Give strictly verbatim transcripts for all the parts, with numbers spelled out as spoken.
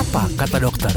Apa kata dokter?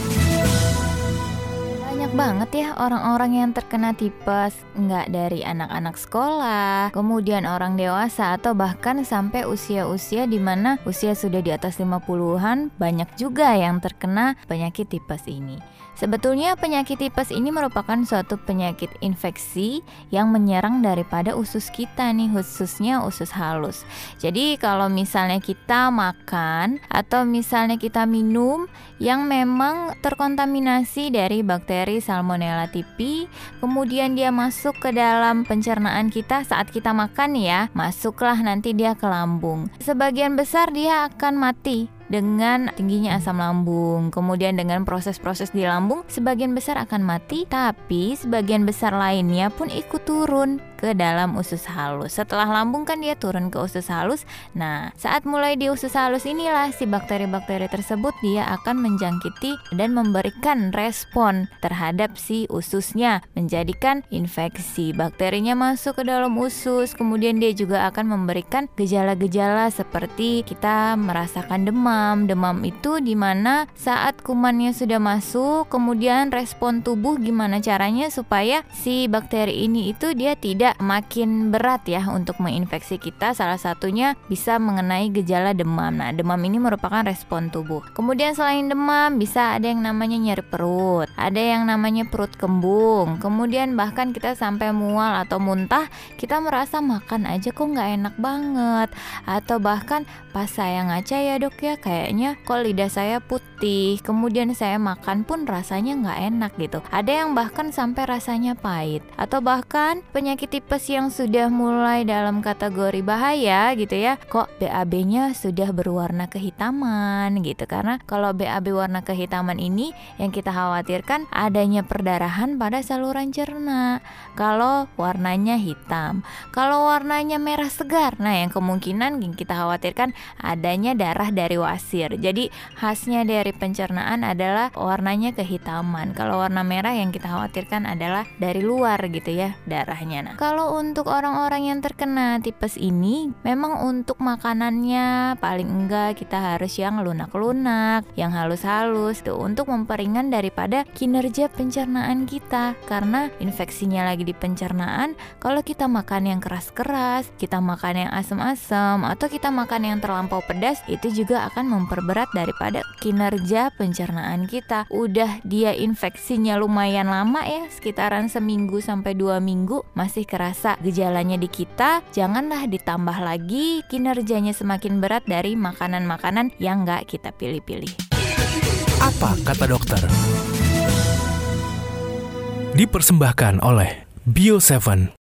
Banyak banget ya orang-orang yang terkena tipes, nggak dari anak-anak sekolah, kemudian orang dewasa, atau bahkan sampai usia-usia di mana usia sudah di atas lima puluhan, banyak juga yang terkena penyakit tipes ini. Sebetulnya penyakit tipes ini merupakan suatu penyakit infeksi yang menyerang daripada usus kita nih, khususnya usus halus. Jadi kalau misalnya kita makan atau misalnya kita minum yang memang terkontaminasi dari bakteri Salmonella typhi, kemudian dia masuk ke dalam pencernaan kita saat kita makan ya, masuklah nanti dia ke lambung. Sebagian besar dia akan mati dengan tingginya asam lambung, kemudian dengan proses-proses di lambung sebagian besar akan mati, tapi sebagian besar lainnya pun ikut turun ke dalam usus halus. Setelah lambung kan dia turun ke usus halus. Nah, saat mulai di usus halus inilah si bakteri-bakteri tersebut dia akan menjangkiti dan memberikan respon terhadap si ususnya, menjadikan infeksi. Bakterinya masuk ke dalam usus, kemudian dia juga akan memberikan gejala-gejala seperti kita merasakan demam. Demam itu dimana saat kumannya sudah masuk, kemudian respon tubuh gimana caranya supaya si bakteri ini itu dia tidak makin berat ya untuk menginfeksi kita. Salah satunya bisa mengenai gejala demam. Nah, demam ini merupakan respon tubuh. Kemudian selain demam bisa ada yang namanya nyeri perut, ada yang namanya perut kembung, kemudian bahkan kita sampai mual atau muntah, kita merasa makan aja kok nggak enak banget, atau bahkan pas saya ngaca ya dok ya kayaknya kok lidah saya putih, kemudian saya makan pun rasanya nggak enak gitu. Ada yang bahkan sampai rasanya pahit, atau bahkan penyakit tipes yang sudah mulai dalam kategori bahaya gitu ya, kok B A B-nya sudah berwarna kehitaman gitu. Karena kalau B A B warna kehitaman ini yang kita khawatirkan adanya perdarahan pada saluran cerna kalau warnanya hitam. Kalau warnanya merah segar, nah yang kemungkinan yang kita khawatirkan adanya darah dari wasir. Jadi khasnya dari pencernaan adalah warnanya kehitaman. Kalau warna merah yang kita khawatirkan adalah dari luar gitu ya darahnya. Nah, kalau untuk orang-orang yang terkena tipes ini, memang untuk makanannya paling enggak kita harus yang lunak-lunak, yang halus-halus tuh, untuk memperingan daripada kinerja pencernaan kita. Karena infeksinya lagi di pencernaan, kalau kita makan yang keras-keras, kita makan yang asam-asam, atau kita makan yang terlampau pedas, itu juga akan memperberat daripada kinerja pencernaan kita. Udah dia infeksinya lumayan lama ya, sekitaran seminggu sampai dua minggu masih kerasa gejalanya di kita, janganlah ditambah lagi kinerjanya semakin berat dari makanan-makanan yang gak kita pilih-pilih. Apa kata dokter? Dipersembahkan oleh Bio tujuh.